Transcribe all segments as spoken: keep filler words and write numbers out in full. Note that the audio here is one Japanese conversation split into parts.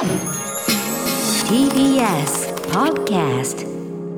ティービーエス Podcast。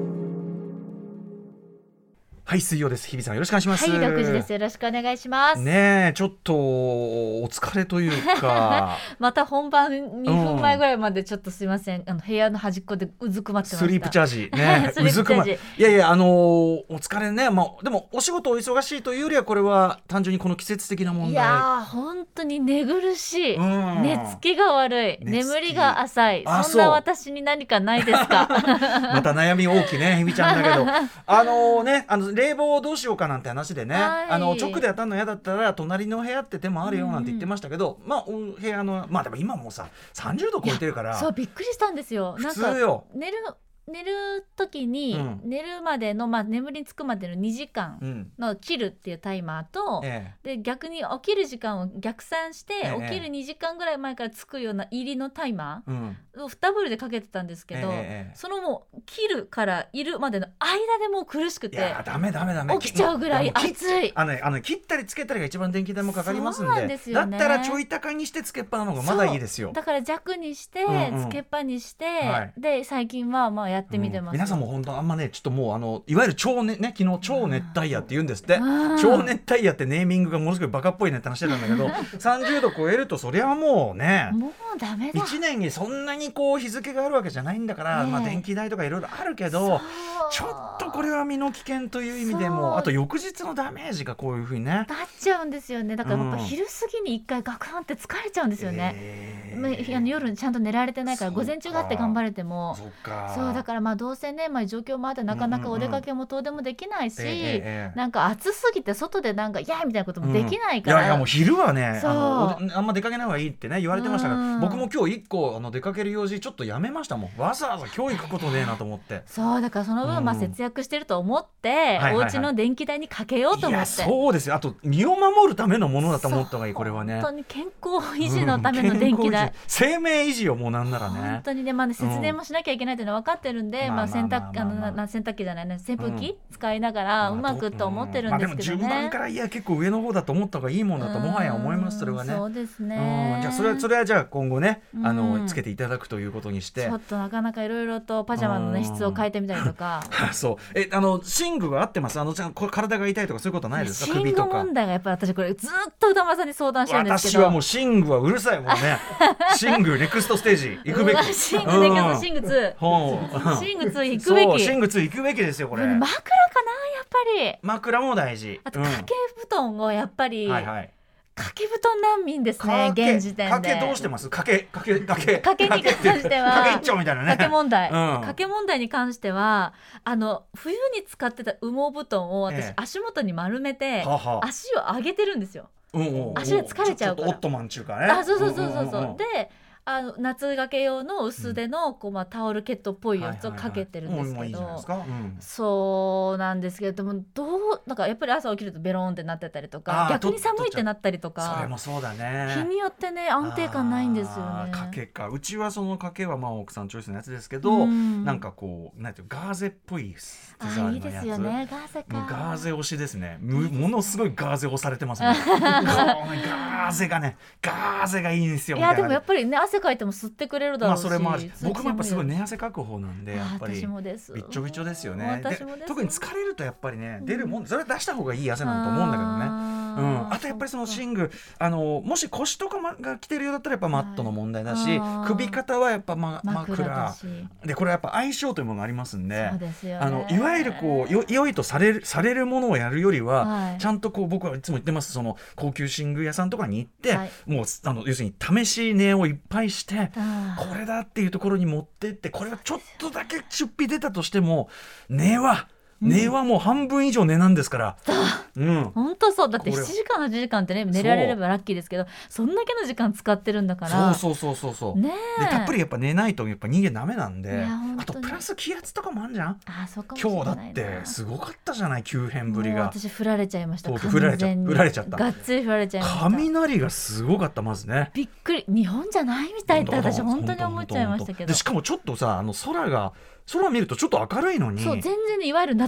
はい、水曜です。日比さんよろしくお願いします。 はい、ろくじです。よろしくお願いします。 ねえ、ちょっとお疲れというかまた本番にふんまえぐらいまでちょっとすいません、うん、あの部屋の端っこでうずくまってました。 スリープチャージねうずくまいやいや、あのー、お疲れね、まあ、でもお仕事お忙しいというよりはこれは単純にこの季節的な問題。 いや本当に寝苦しい、うん、寝つきが悪い、眠りが浅い。そんな私に何かないですかまた悩み大きいね、日比ちゃんだけどあのー、ね、あの冷房どうしようかなんて話でね、はい、あの直で当たるの嫌だったら隣の部屋って手もあるよなんて言ってましたけど、うん、まあ部屋のまあでも今もうささんじゅうど超えてるから、 そうびっくりしたんですよ。 普通よ。 なんか寝る寝る時に、うん、寝るまでの、まあ、眠りにつくまでのにじかんの切るっていうタイマーと、うん、で逆に起きる時間を逆算して、ええ、起きるにじかんぐらい前からつくような入りのタイマーをダブルでかけてたんですけど、え、そのもう切るからいるまでの間でもう苦しくて、いやダメダメダメ起きちゃうぐらい暑い。 あの、ね、あの切ったりつけたりが一番電気代もかかりますん で, そうなんですよ、ね、だったらちょい高にしてつけっぱなの方がまだいいですよ。 だから弱にして、うんうん、つけっぱにして、はい、で最近はまあやってみてます、うん。 皆さんも本当あんまねちょっともうあのいわゆる超ねね昨日超熱帯夜って言うんですって。超熱帯夜ってネーミングがものすごいバカっぽいねって話してたんだけどさんじゅうど超えるとそりゃもうねもうダメだ。 いちねんにそんなにこう日付があるわけじゃないんだから、ね、まあ電気代とかいろいろあるけどちょっとこれは身の危険という意味でも、あと翌日のダメージがこういう風にねなっちゃうんですよね。だからやっぱ昼過ぎに一回ガクンって疲れちゃうんですよね、えー、あの夜ちゃんと寝られてないから午前中があって頑張れても そ, そうだからまあどうせね、まあ、状況もあってなかなかお出かけも遠出もできないし、うんうんうんえー、なんか暑すぎて外でなんかいやみたいなこともできないから、 うん、いやいやもう昼はね あ, のあんま出かけない方がいいってね言われてましたが、僕も今日いっこあの出かける用事ちょっとやめましたもん。わざわざ今日行くことねえなと思ってそうだからその分まあ節約してると思って、うんはいはいはい、お家の電気代にかけようと思って。いやそうですよ。あと身を守るためのものだと思った方がいい。これはね本当に健康維持のための電気代、うん、 生命維持をもうなんならね本当にね、まあ、ね節電もしなきゃいけないというのは分かってるんで、まあ洗濯あの洗濯機じゃないね扇風機、うん、使いながらうまくと思ってるんですけどね、 まあ、でも順番からいや結構上の方だと思った方がいいものだともはや思います。それはねそうですね、 うん、じゃあそれはそれはじゃあ今後ねあのつけていただくということにして、 ちょっとなかなかいろいろとパジャマの、ね、質を変えてみたりとかそうえあの寝具は合ってます？あのこれ体が痛いとかそういうことないですか？ 寝具問題がやっぱり私これずっと歌丸さんに相談してるんですけど、 私はもう寝具はうるさいもんね寝具ネクストステージ行くべき。 寝具ネクスト寝具ツー寝具ツー行くべき。 寝具ツー行くべきですよこれ。 枕かなやっぱり。 枕も大事。 あと掛け布団をやっぱり、うんはいはい掛け布団難民ですね現時点で。 掛けどうしてます？掛け掛け掛け掛けに関しては掛け一丁みたいなね掛け問題、うん、掛け問題に関してはあの冬に使ってた羽毛布団を私、ええ、足元に丸めてはは足を上げてるんですよ、うんうんうん、足で疲れちゃうから。 ちょっとオットマン中かね。 あそうそうそうそうそう、うんうんうん、であの夏掛け用の薄手の、うんこうまあ、タオルケットっぽいやつをかけてるんですけど、そうなんですけど、でもどうなんかやっぱり朝起きるとベローンってなってたりとか逆に寒いってなったりとか、 それもそうだね、 日によってね安定感ないんですよね。 掛けかうちはその掛けはまあ奥さんチョイスのやつですけど、うん、なんかこうなんていうガーゼっぽいデザインのやつ。あいいですよねガーゼか。 ガーゼ推しですね。ものすごいガーゼ推されてますねガーゼがねガーゼがいいんですよ。 いやでもやっぱりね汗かいても吸ってくれるだろうし、 まあ、それもあるし僕もやっぱすごい寝汗かく方なんでやっぱり私もですびっちょびちょですよね。 私もです。 特に疲れるとやっぱりね出るもん、それは出した方がいい汗なんだと思うんだけどね。うん、あとやっぱりその寝具あのもし腰とかが来てるようだったらやっぱマットの問題だし、首肩はやっぱ、ま、枕でこれはやっぱ相性というものがありますんで、 そうですよね、 あのいわゆるこうよ良いとされるされるものをやるよりは、はい、ちゃんとこう僕はいつも言ってます、その高級寝具屋さんとかに行って、はい、もうあの要するに試し寝をいっぱいしてこれだっていうところに持ってって、これはちょっとだけ出費出たとしても寝は寝はもう半分以上寝なんですから、 うん、本当そうだってしちじかんはちじかんってね寝られればラッキーですけど、そんだけの時間使ってるんだからそうそうそうそうそう、ね、でたっぷりやっぱ寝ないとやっぱ人間ダメなんで、あとプラス気圧とかもあるじゃん。 あそうかもしれないな。 今日だってすごかったじゃない急変ぶりが。 私振られちゃいました。 振られちゃ振られちゃったがっつり振られちゃいました。 雷がすごかったまずね。 びっくり、日本じゃないみたいって私本当に思っちゃいましたけど。 でしかもちょっとさあの空が空見るとちょっと明るいのに、 そう全然ねいわゆる夏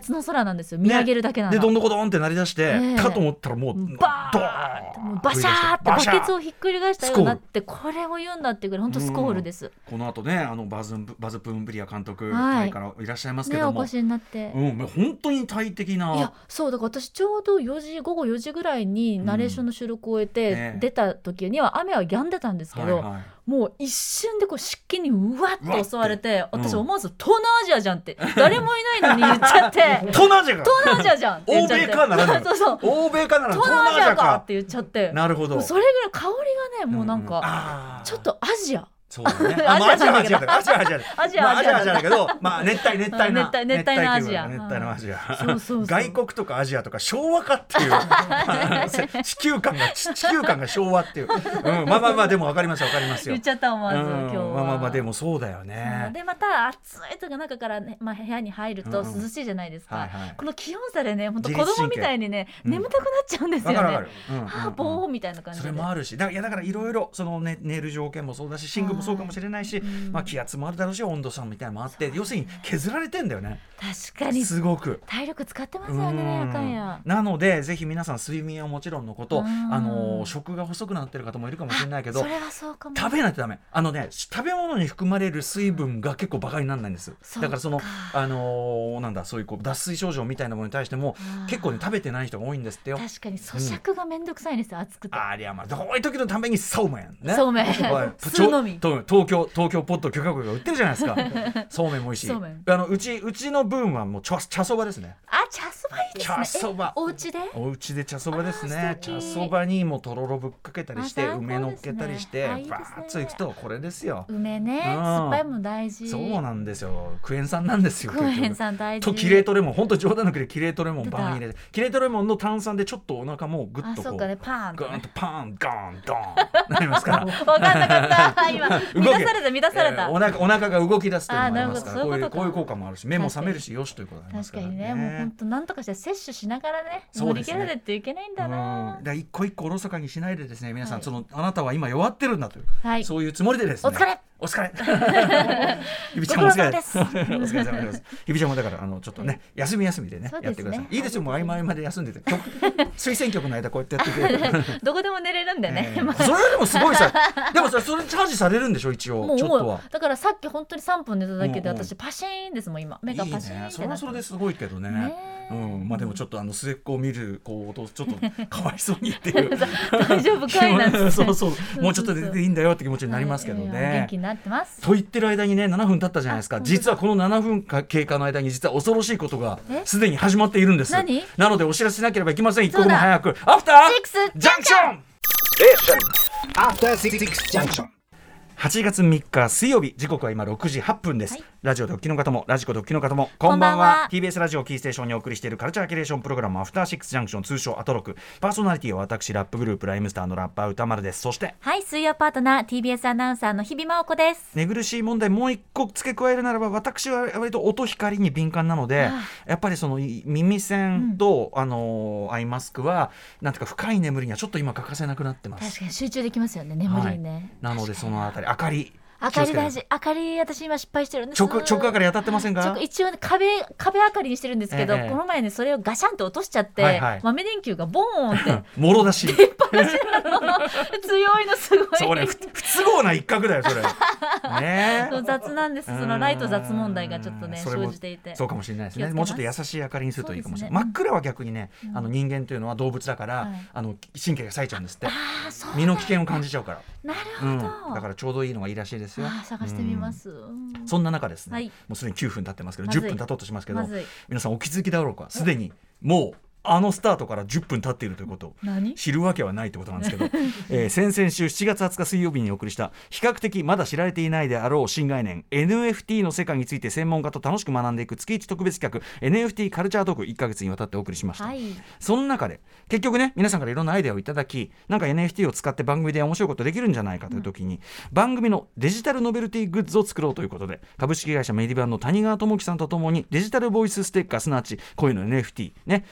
夏の空なんですよ、見上げるだけなの、 ね、でどんどこどんって鳴り出して、えー、かと思ったらもうバーンもうバシャーってバケツをひっくり返したようになって、これを言うんだっていうぐらい本当スコールです、うん、 この後ねあのバズバズプーンブリア監督タイからいらっしゃいますけども、 ね、お越しになって、 うん、本当に大敵な。 いやそうだから私ちょうどよじ午後よじぐらいにナレーションの収録を終えて、うんね、出た時には雨は止んでたんですけど、はいはい、もう一瞬でこう湿気にうわっと襲われて、うん、私思わず東南アジアじゃんって誰もいないのに言っちゃって東南アジアか東南アジアじゃんって言っちゃって欧米かならそうそう欧米かなら東南アジアかって言っちゃって、 なるほど、 それぐらい香りがねもうなんか、うん、ちょっとアジアそうだね、あアジアアジアアジアアジアアジアアジアだけど、まあ熱帯熱帯な熱帯熱帯のアジア熱帯のアジア、 そうそうそう外国とかアジアとか昭和かっていう地球感が地球感が昭和っていう、うん、まあまあまあでも分かります分かりますよ、 言っちゃった思わず、うん、今日はまあまあまあでもそうだよね、 でまた暑いとか中からね、まあ、部屋に入ると涼しいじゃないですか、うんはいはい、この気温差でね本当子供みたいにね、うん、眠たくなっちゃうんですよね、 分かる分かる、うんうんうん、 はあボーみたいな感じで、 それもあるしだいやだからいろいろその、ね、寝る条件もそうだし寝具もそうかもしれないし、まあ、気圧もあるだろうし温度差みたいなのもあって、要するに削られてんだよね、 確かにすごく体力使ってますよね、あかんや。 なのでぜひ皆さん睡眠はもちろんのこと、あの食が細くなってる方もいるかもしれないけど、 それはそうかも、 食べないとダメ。あのね食べ物に含まれる水分が結構バカにならないんです。だからそのあのー、なんだそういうこう脱水症状みたいなものに対しても結構ね食べてない人が多いんですってよ。 確かに咀嚼がめんどくさいんですよ、うん、暑くて。 ありゃまあどういう時のためにそうめんね、 そうめん普通のみ東京東京ポット許可局が売ってるじゃないですかそうめんも美味しい。あのうちうちの分はもう茶茶そばですね。 あ茶そばいいですね。 茶そばお家でお家で茶そばですね。茶そばにもとろろぶっかけたりして梅のっけたりしてバーッといくとこれですよ。 梅ね、うん、酸っぱいも大事。 そうなんですよ。クエン酸なんですよ。 クエン酸大事とキレートレモン、本当冗談抜きでキレートレモンバーン入れて、キレートレモンの炭酸でちょっとお腹もグッとこう、あそうかね、パーンと、ね、ガーンとパーンガーンドーンなりますから分かんなかった今満たされた満たされた、えー、 お腹お腹が動き出すというのもありますから、こういうこういう効果もあるし、目も覚めるしよしということがありますからね。 確かにね、もう本当なんとかして摂取しながらね乗り切らないといけないんだな。 だ一個一個おろそかにしないでですね、皆さん、はい、そのあなたは今弱ってるんだという、はい、そういうつもりでですね、 お疲れお疲れひびちゃんもお疲れです。お疲れ様です。ひびちゃんもだからあのちょっとね、休み休みでね、やってください。いいですよ、もう合間合間で休んでて、推薦曲の間こうやってやってくれるどこでも寝れるんでね、 えー、それでもすごいさでもさそれチャージされるんでしょ一応。ちょっとはだからさっき本当にさんぷん寝ただけで、うんうん、私パシーンですもん今、目がパシーンってなって。いいね、 それはそれですごいけどね、ね、うん、まあでもちょっとあの末っ子を見るこうちょっとかわいそうにっていう大丈夫かいなんてそうそうもうちょっと出ていいんだよって気持ちになりますけどね、はい、 元気になってますと言ってる間にねななふん経ったじゃないですか。実はこのななふん経過の間に実は恐ろしいことがすでに始まっているんです。 何？ なのでお知らせしなければいけません。一刻も早くアフターシックスジャンクションアフターシックスジャンクションはちがつみっか水曜日、時刻は今ろくじはっぷんです、はい、ラジオでお聞きの方もラジコでお聞きの方もこんばんは。 こんばんは。 ティービーエス ラジオキーステーションにお送りしているカルチャーキュレーションプログラムアフターシックスジャンクション、通称アトロク。パーソナリティは私ラップグループライムスターのラッパー歌丸です。そしてはい、水曜パートナー ティービーエス アナウンサーの日比真央子です。 寝苦しい問題もう一個付け加えるならば、私は割と音光に敏感なので、やっぱりその耳栓と、うん、あのアイマスクはなんていうか深い眠りにはちょっと今欠かせなくなってます。 確かに集中できますよね、眠りにね、はい、 なのでそのあたり明かり明かり大事。明かり私今失敗してるんです。 直直明かり当たってませんか？ 一応、ね、壁壁明かりにしてるんですけど、ええ、この前ねそれをガシャンと落としちゃって、はいはい、豆電球がボーンってもろ出し出っ放しなの強いのすごい。 それ不都合な一角だよそれね雑なんです。そのライト雑問題がちょっとね生じていて、 そうかもしれないですね。もうちょっと優しい明かりにするといいかもしれない、ね、真っ暗は逆にね、うん、あの人間というのは動物だから、はい、あの神経が冴えちゃうんですって。身の危険を感じちゃうから。 なるほど、 うん、だからちょうどいいのがいいらしいですよ。 あ探してみます、うん、 そんな中ですね、はい、もうすでにきゅうふん経ってますけど、じゅっぷん経とうとしますけど、皆さんお気づきだろうか、すでにもうあのスタートからじゅっぷん経っているということを知るわけはないということなんですけど、えー、先々週しちがつはつか水曜日にお送りした比較的まだ知られていないであろう新概念 エヌエフティー の世界について専門家と楽しく学んでいく月いち特別企画 エヌエフティー カルチャートークいっかげつにわたってお送りしました、はい、その中で結局ね皆さんからいろんなアイデアをいただき、なんか エヌエフティー を使って番組で面白いことできるんじゃないかという時に、うん、番組のデジタルノベルティグッズを作ろうということで、株式会社メディバンの谷川智樹さんとともにデジタルボイスステッカー、すなわちこういうの エヌエフティー ね、この番組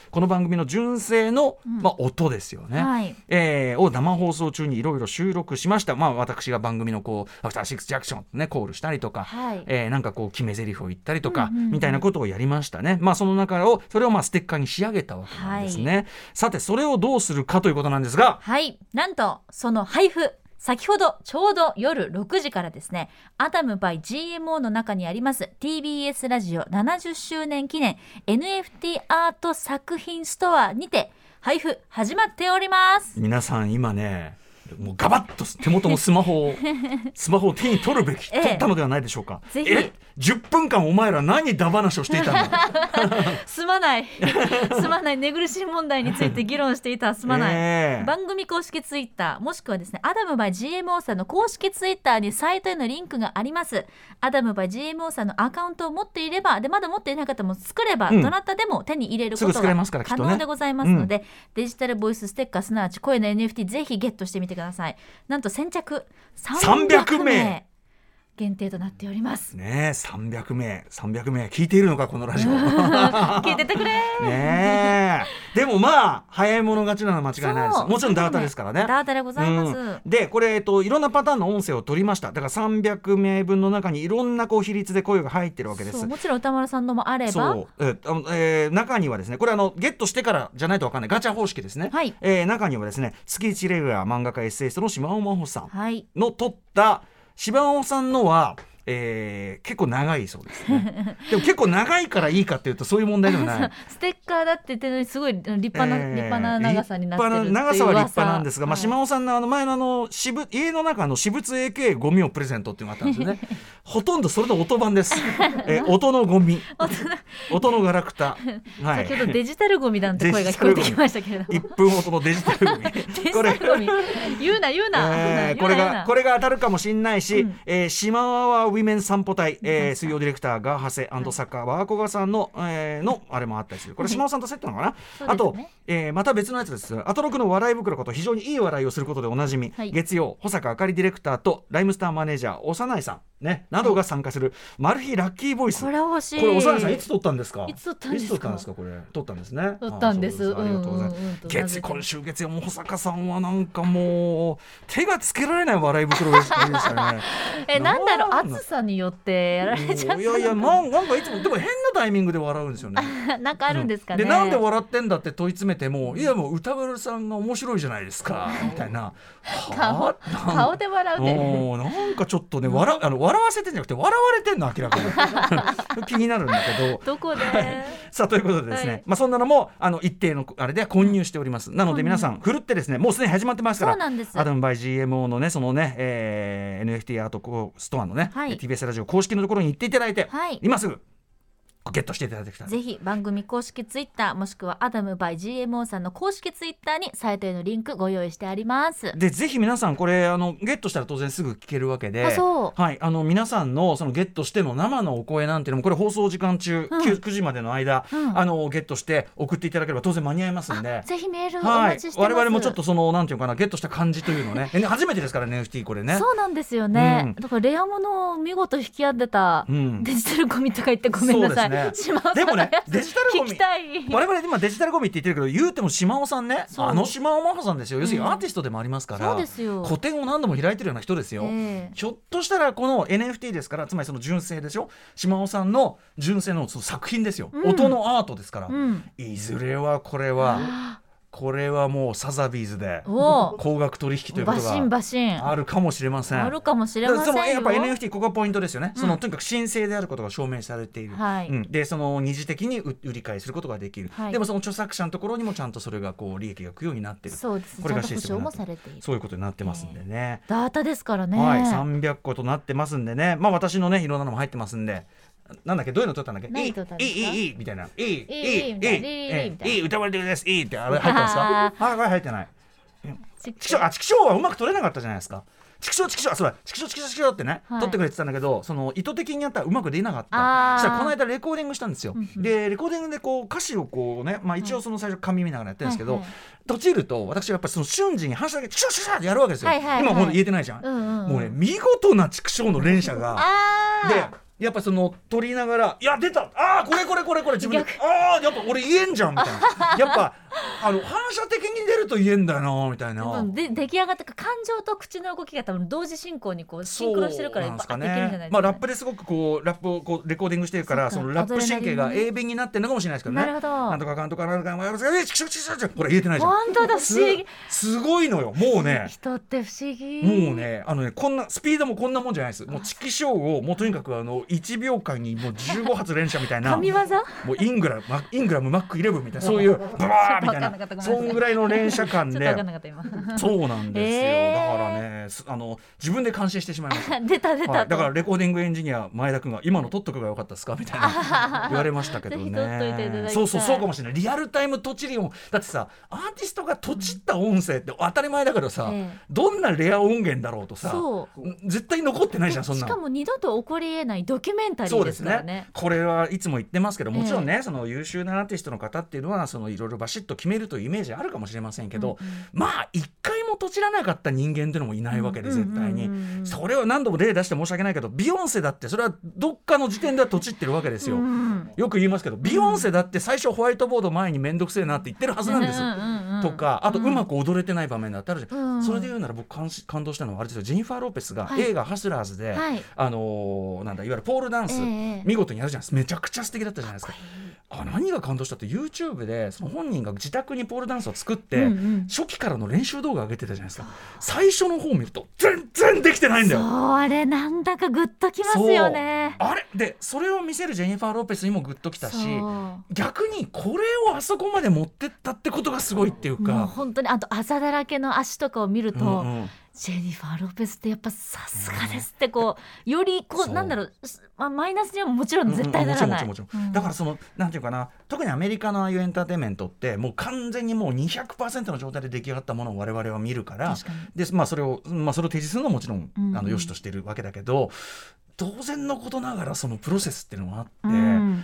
番組の純正の、うんまあ、音ですよね、はいえー、を生放送中にいろいろ収録しました。まあ、私が番組のこうアフターシックスジャンクション、ね、コールしたりとか、はいえー、なんかこう決め台詞を言ったりとか、うんうんうん、みたいなことをやりましたね。まあ、その中をそれをまあステッカーに仕上げたわけなんですね、はい、さてそれをどうするかということなんですが、 はいなんとその配布先ほどちょうど夜ろくじからですね、アダム by ジーエムオー の中にあります ティービーエス ラジオななじゅっしゅうねん記念 エヌエフティー アート作品ストアにて配布始まっております。 皆さん今ねもうガバッと手元のスマホをスマホを手に取るべき、ええ、取ったのではないでしょうか。 ぜひえじゅっぷんかんお前ら何ダ話をしていたんだすまないすまない寝苦しい問題について議論していたすまない、えー、番組公式ツイッターもしくはですねアダム by ジーエムオー さんの公式ツイッターにサイトへのリンクがあります。アダム by ジーエムオー さんのアカウントを持っていればでまだ持っていない方も作れば、うん、どなたでも手に入れることが可能でございますので、ねうん、デジタルボイスステッカーすなわち声の エヌエフティー ぜひゲットしてみてください。なんと先着さんびゃくめい限定となっておりますね。えさんびゃくめいさんびゃくめい聞いているのかこのラジオ聞いててくれねえでもまあ早い者勝ちなのは間違いないです。もちろんダータですからね。 ダータでございます、うん、 でこれ、えっと、いろんなパターンの音声を取りました。だからさんびゃくめいぶんの中にいろんなこう比率で声が入ってるわけです。 そうもちろん歌丸さんのもあればそう、ええー、中にはですねこれあのゲットしてからじゃないと分かんないガチャ方式ですね、はいえー、中にはですね月いちレギュラー漫画家エッセイストの島尾真帆さんの取った島尾さんのはえー、結構長いそうですねでも結構長いからいいかっていうとそういう問題でもないステッカーだって言ってすごい立派な、えー、立派な長さになってるっていう長さは立派なんですが、まあ、島尾さんのあの前のあの私物家の中の私物 エーケー ゴミをプレゼントっていうのがあったんですよねほとんどそれの音版です、えー、音のゴミ音のガラクタ、 はい、先ほどデジタルゴミなんて声が聞こえてきましたけれどもいっぷんほどのデジタルゴミデジタルゴミ言うな言うな、 えー、これがこれが当たるかもしれないし、うんえー、島尾ウィメン散歩隊、えー、水曜ディレクターが長谷サッカーワーコガさんの、えー、のあれもあったりする。これ島尾さんとセットなのかな、はい、あと、ねえー、また別のやつです。アトロクの笑い袋こと非常にいい笑いをすることでおなじみ、はい、月曜保坂あかりディレクターとライムスターマネージャー長内さん、ね、などが参加する、はい、マル秘ラッキーボイス。 これ欲しい。 これ長内さんいつ撮ったんですか。 いつ撮ったんですか。 いつ撮ったんですか。これ撮ったんですね。 撮ったんです。 ありがとうございます。うんうんうん、月今週月曜も保坂さんはなんかもう手がつけられない笑い袋でしたねえなんだろう暑さによってやられちゃった。 いやいやなんかいつもでも変なタイミングで笑うんですよねなんかあるんですかね、 うん、でなんで笑ってんだって問い詰めてもいやもう歌丸さんが面白いじゃないですかみたいな顔, 顔で笑うねなんかちょっとね笑あの笑わせてんじゃなくて笑われてんの明らかに気になるんだけどどこで、 はい、さあということでですね、はいまあ、そんなのもあの一定のあれで混入しております、うん、なので皆さんふるってですねもうすでに始まってますからそうなんです。 アダム by ジーエムオー のねそのね、えー、エヌエフティー アートストアのね、はい、ティービーエス ラジオ公式のところに行っていただいて、はい、今すぐゲットしていただきたい。 ぜひ番組公式ツイッターもしくはアダム by ジーエムオー さんの公式ツイッターにサイトへのリンクご用意してあります。 でぜひ皆さんこれあのゲットしたら当然すぐ聞けるわけで、 あそう、 はい、あの皆さんのそのゲットしての生のお声なんていうのもこれ放送時間中、うん、くじまでの間、うん、あのゲットして送っていただければ当然間に合いますんでぜひメールお待ちしてます、 はい、我々もちょっとそのなんていうかなゲットした感じというのね初めてですからね エヌエフティー これね。 そうなんですよね、うん、だからレアものを見事引き当てた、うん、デジタルゴミとか言ってごめんなさい。 そうですね、でもねデジタルゴミ我々今デジタルゴミって言ってるけど言うても島尾さんねあの島尾真帆さんですよ。要するにアーティストでもありますから、 うん、そうですよ個展を何度も開いてるような人ですよ、えー、ひょっとしたらこの エヌエフティー ですからつまりその純正でしょ島尾さんの純正 の, その作品ですよ、うん、音のアートですから、うん、いずれはこれはこれはもうサザビーズで高額取引ということがあるかもしれません。 あるかもしれませんよ。 でもやっぱ エヌエフティー ここがポイントですよね、うん、そのとにかく神聖であることが証明されている、はいうん、でその二次的に売り買いすることができる、はい、でもその著作者のところにもちゃんとそれがこう利益がいくようになっている。 そうです。 これがシステムになってちゃんと保証もされている。 そういうことになってますんでね、 えー、ダータですからね、 はい、さんびゃっことなってますんでね、まあ私のねいろんなのも入ってますんでなんだっけどういうの撮ったんだっけいいいいいいみたいないいいいいいいい歌われてるですいいってあれ入ってますかはいはい入ってないチキショーあチキショーはうまく撮れなかったじゃないですか。チキショーチキショーそうだチキショーチキショーチキショーってね、はい、撮ってくれてたんだけどその意図的にやったらうまくできなかった。そしたらこの間レコーディングしたんですよ、うんうん、でレコーディングでこう歌詞をこうね、まあ、一応その最初紙見ながらやってるんですけど、はいはい、閉じると私はやっぱりその瞬時に反射だけチキショーチキショーってやるわけですよ、はいはいはい、今もう言えてないじゃん、うんうん、もうね見事なチキショーの連射がでやっぱその撮りながらいや出たああこれこれこれこれ自分でああやっぱ俺言えんじゃんみたいなやっぱあの反射的に出ると言えんだよなみたいなで出来上がった感情と口の動きが多分同時進行にこうシンクロしてるからバーッていけるんじゃないですか、ね、 まあラップですごくこうラップをこうレコーディングしてるからそのラップ神経が鋭敏になってるのかもしれないですけどね。 なるほど。 なんとかかんとかなんとかなんとかえチクチクチクチクこれ言えてないじゃん。 本当だ不思議す, すごいのよもうね人って不思議もうねあのねこんなスピードもこんなもんじゃないです。もうチキショーをもうとにかくあのいちびょうかんにもうじゅうごはつ連射みたいな神業もうイングラムイングラムマックイレブンみたいなそういうブワーみたいなそんぐらいの連射感でそうなんですよ、えー、だからねあの自分で感心してしまいました出た出た、 はい、だからレコーディングエンジニア前田君が今の撮っとくが良かったですかみたいな言われましたけどねそうそうそうかもしれないリアルタイムとちり音だってさアーティストがとちった音声って当たり前だけどさ、えー、どんなレア音源だろうとさ絶対残ってないじゃんそんなしかも二度と起こり得ないドキュメンタリーですからね。そうですねこれはいつも言ってますけどもちろんね、えー、その優秀なアーティストの方っていうのはそのいろいろバシッと決めるというイメージあるかもしれませんけど、うんうん、まあ一回もとちらなかった人間っていうのもいないわけで絶対に、うんうんうん、それを何度も例出して申し訳ないけどビヨンセだってそれはどっかの時点ではとちってるわけですよ、うん、よく言いますけどビヨンセだって最初ホワイトボード前にめんどくせえなって言ってるはずなんです、うんうんうん、とかあとうまく踊れてない場面だってあるじゃん、うん、それで言うなら僕感, 感動したのはあれですよジェニファー・ロペスが映画ハスラーズで、はい、あのー、なんだいわゆるポールダンス、えー、見事にやるじゃないですかめちゃくちゃ素敵だったじゃないですか。あ何が感動したって YouTube でその本人が自宅にポールダンスを作って、うんうん、初期からの練習動画を上げてたじゃないですか。最初の方を見ると全然できてないんだよ。 そうあれなんだかグッときますよね。 あれでそれを見せるジェニファー・ロペスにもグッときたし逆にこれをあそこまで持ってったってことがすごいっていうかもう本当にあとあざだらけの足とかを見ると、うんうんジェニファー・ロペスってやっぱさすがですってこうよりこうなんだろう、まあ、マイナスにはもちろん絶対ならない、うんうん、もちろんもちろん、うん、だからそのなんていうかな特にアメリカのああいうエンターテインメントってもう完全にもう にひゃくパーセント の状態で出来上がったものを我々は見るからで、まあ、それを、まあ、それを提示するのももちろん、うん、あの良しとしているわけだけど当然のことながらそのプロセスっていうのがあって、うん、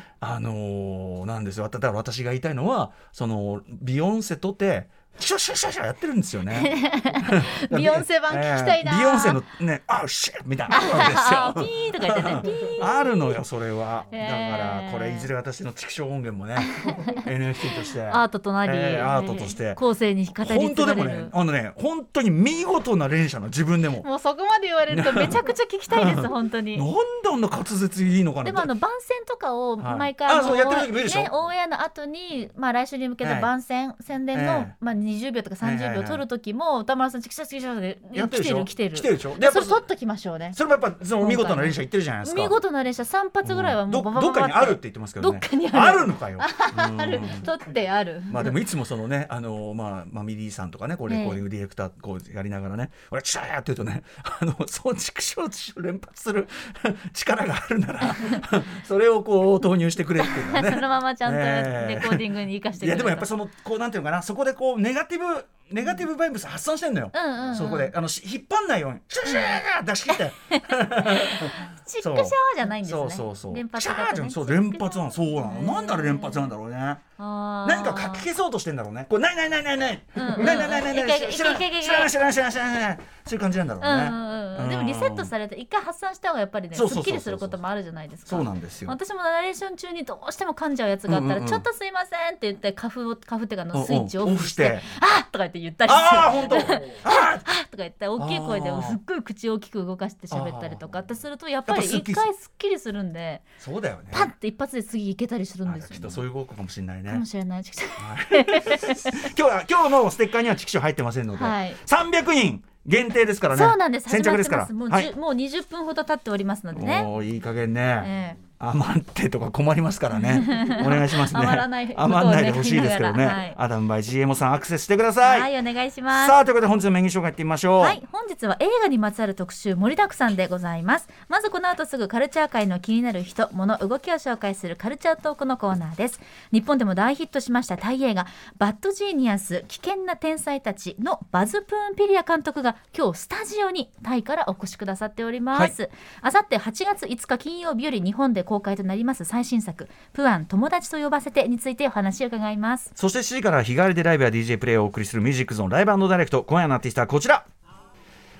あのー、なんですよだから私が言いたいのはそのビヨンセとてシャシャシャシャやってるんですよねビヨンセ版聞きたいな、 えー、ビヨンセのねあシェッみたいなのあるんですよピーとか言ってねピーあるのよそれは、えー、だからこれいずれ私の畜生音源もねエヌエフティー としてアートとなり、 えー、アートとして後世に語り継がれる本当でもねあのね本当に見事な連射の自分でももうそこまで言われるとめちゃくちゃ聞きたいです本当になんであんな滑舌いいのかな。 でもあの番宣とかを毎回、 はい、あそうやってる時もいいでしょ、 ね、オンエアの後に、まあ、来週に向けて番宣、えー、宣伝の、えーまあ、にじゅうびょうとかさんじゅうびょう撮る時も歌丸さんチキシャチキシャで来てる来てる来てるでしょ。 でそれ撮っときましょうね。 それもやっぱその見事な連射言ってるじゃないですか。 見事な連射さん発ぐらいはもうバババババどっかにあるって言ってますけどね。 どっかにあるあるのかよある撮ってある。 まあでもいつもそのねあのまあまあミリーさんとかねこうレコーディングディレクターこうやりながらね俺チャーやってるとねあのそう畜生を連発する力があるならそれをこう投入してくれっていうのはねそのままちゃんとレコーディングに生かしてくれる。 いやでもやっぱそのこうなんていうのかなそこでこうネガティブネガティブバイブス発散してんのよ、うんうんうん、そこであの引っ張んないようにシャシャー出し切ってチックシャワーじゃないんですね。 そうそうそう連発型ね。 そう連発なのそうなのなんだろう連発なんだろうね。何か書き消そうとしてんだろうね。これないないないないないないないないないない知らない知らない知らない知らない知らないそういう感じなんだろうね、うんうんうん、でもリセットされて一回発散した方がやっぱりねすっきりすることもあるじゃないですか。 そうなんですよ。 私もナレーション中にどうしても噛んじゃうやつがあったら、うんうんうん、ちょっとすいませんって言ってカフをカフっていうかのスイッチをオフして、うんうん、あーとか言って言ったりしてあー本当あーとか言って大きい声ですっごい口を大きく動かして喋ったりとかってするとやっぱり一回すっきりするんでそうだよねパッて一発で次行けたりするんですよ、ね、 きっとそういう動くかもしれないね。 かもしれない今日は今日のステッカーにはチキショ入ってませんので、はい、さんびゃくにん限定ですからね。 そうなんです。 先着ですからもう、はい、もうにじゅっぷんほど経っておりますのでね。 もういい加減ね、えー余ってとか困りますからねお願いしますね。 余らない、 余らないでほしいですけどね、はい、アダムバイ ジーエム さんアクセスしてください。 はいお願いします。 さあということで本日のメニュー紹介いってみましょう。 はい本日は映画にまつわる特集盛りだくさんでございます。まずこの後すぐカルチャー界の気になる人物動きを紹介するカルチャートークのコーナーです。日本でも大ヒットしましたタイ映画バッドジーニアス危険な天才たちのバズ・プーンピリア監督が今日スタジオにタイからお越しくださっております。あさってはちがついつか金曜日より日本で公開となります最新作プアン友達と呼ばせてについてお話を伺います。 そしてしちじから日替わりでライブや ディージェー プレイをお送りするミュージックゾーンライブ&ダイレクト。今夜のアーティストはこちら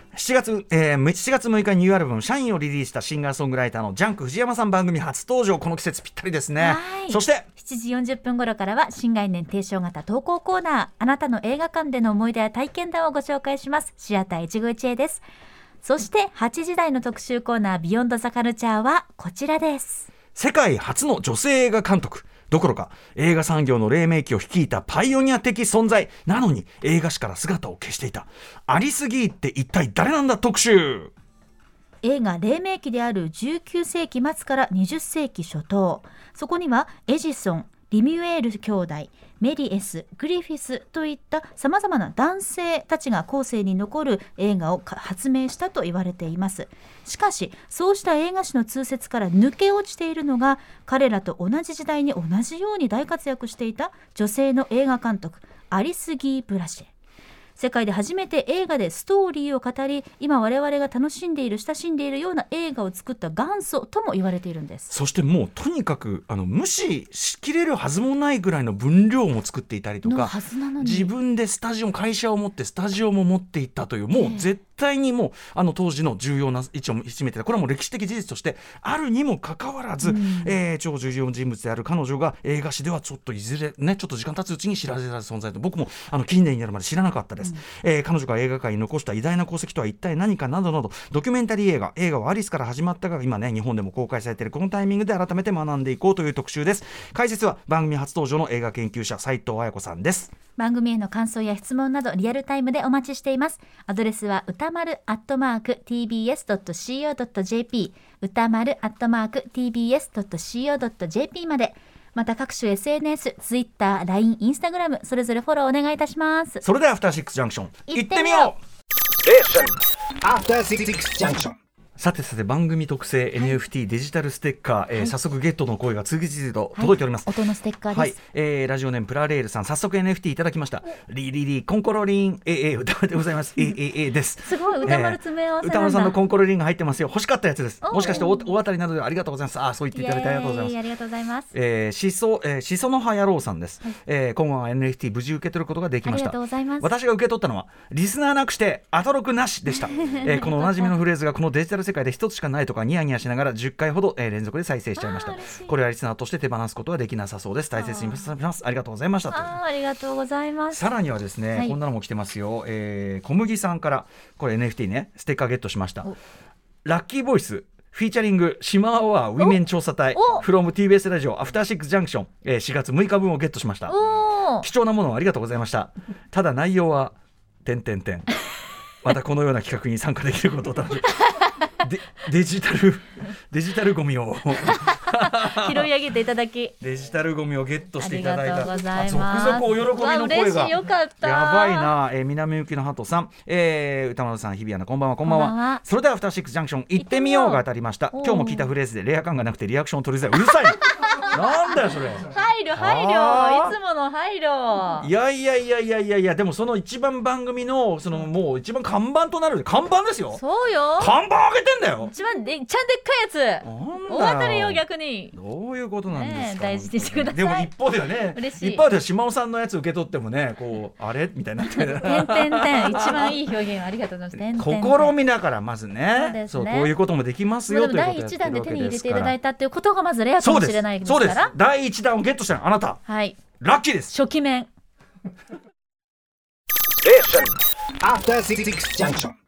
しちがつ、えー、しちがつむいかにニューアルバム「シャイン」をリリースしたシンガーソングライターのジャンク藤山さん、番組初登場。この季節ぴったりですね。そしてしちじよんじゅっぷん頃からは新概念提唱型投稿コーナー、あなたの映画館での思い出や体験談をご紹介します。シアター一期一会です。そしてはちじ台の特集コーナービヨンドザカルチャーはこちらです。 世界初の女性映画監督どころか映画産業の黎明期を率いたパイオニア的存在なのに映画史から姿を消していたアリス・ギーって一体誰なんだ特集。 映画黎明期であるじゅうきゅうせいき末からにじゅっせいき初頭、そこにはエジソン、リミュエール兄弟、メリエス、グリフィスといったさまざまな男性たちが後世に残る映画を発明したと言われています。しかしそうした映画史の通説から抜け落ちているのが、彼らと同じ時代に同じように大活躍していた女性の映画監督アリス・ギー・ブラシェ。世界で初めて映画でストーリーを語り、今我々が楽しんでいる親しんでいるような映画を作った元祖とも言われているんです。 そしてもうとにかくあの無視しきれるはずもないぐらいの分量も作っていたりとか、自分でスタジオ会社を持ってスタジオも持っていったという、もう絶対にもうあの当時の重要な位置を占めてた、これはもう歴史的事実としてあるにもかかわらず、うん、えー、超重要人物である彼女が映画史ではちょっといずれねちょっと時間経つうちに知られる存在と、僕もあの近年になるまで知らなかったです。うん、えー、彼女が映画界に残した偉大な功績とは一体何かなどなど、ドキュメンタリー映画映画はアリスから始まったが今ね日本でも公開されているこのタイミングで改めて学んでいこうという特集です。解説は番組初登場の映画研究者斉藤彩子さんです。 番組への感想や質問などリアルタイムでお待ちしています。アドレスは歌丸アットマーク ティービーエスドットシーオードットジェーピー 歌丸アットマーク ティービーエスドットシーオードットジェーピー まで、また各種 エスエヌエス、ツイッター、ライン、インスタグラムそれぞれフォローお願いいたします。 それではアフターシックスジャンクション行ってみよう。アフターシックスジャンクション。さてさて番組特製 エヌエフティー デジタルステッカー、はい、えー、早速ゲットの声が次々と届いております。 はい、音のステッカーです。 はい、えー、ラジオネームプラレールさん、早速 エヌエフティー いただきました。リリリコンコロリン エーエー 歌でございます。エーエーエー です。 すごい歌丸詰め合わせなんだ。 歌丸さんのコンコロリンが入ってますよ。欲しかったやつです。もしかしておお当たりなどでありがとうございます。あ、そう言っていただいてありがとうございます。 ありがとうございます。 えー、しそ、えー、しその葉野郎さんです。はい、えー、今後は エヌエフティー 無事受け取ることができました。 ありがとうございます。 私が受け取ったのはリスナーなくしてアトロクなしでした。えー、このおなじみのフレーズがこのデジタル世界で一つしかないとかニヤニヤしながらじゅっかいほど、えー、連続で再生しちゃいました。これはリスナーとして手放すことはできなさそうです。大切にします。ありがとうございました。 あ, ありがとうございます。 さらにはですね、はい、こんなのも来てますよ。えー、小麦さんからこれ エヌエフティー ねステッカーゲットしました。ラッキーボイスフィーチャリング島アワーウィメン調査隊 from ティービーエス ラジオアフターシックスジャンクション、えー、しがつむいかぶんをゲットしました。貴重なものをありがとうございました。ただ内容は点点点またこのような企画に参加できることを楽しみデ, デジタルデジタルゴミを拾い上げていただきデジタルゴミをゲットしていただいた。 ありがとうございます。 続々お喜びの声がよかったやばいな、えー、南向きのハトさん、えー、歌丸さん日比アナこんばんはこんばんは。 こんばんは。 それではアフターシックスジャンクション行ってみようが当たりました。今日も聞いたフレーズでレア感がなくてリアクション取りづらい。うるさいなんだよそれ。 配慮配慮いつもの配慮。 いやいやいやいやいやいやでもその一番番組のそのもう一番看板となる看板ですよ。 そうよ看板上げてんだよ。 一番でちゃんでっかいやつ大当たりよ。逆にどういうことなんですか、 ね、大事にしてください。 でも一方ではね一方では島尾さんのやつ受け取ってもねこうあれみたいになって点 々点一番いい表現ありがとうございます。 試みだからまずねそうですね、そうこういうこともできますよということをやってるわけですから。 だいいちだんで手に入れていただいたっていうことがまずレアかもしれないですから。 そうですそうですだいいちだんをゲットしたのあなた、 はい、 ラッキーです。 初期面アフターシックスジャンクション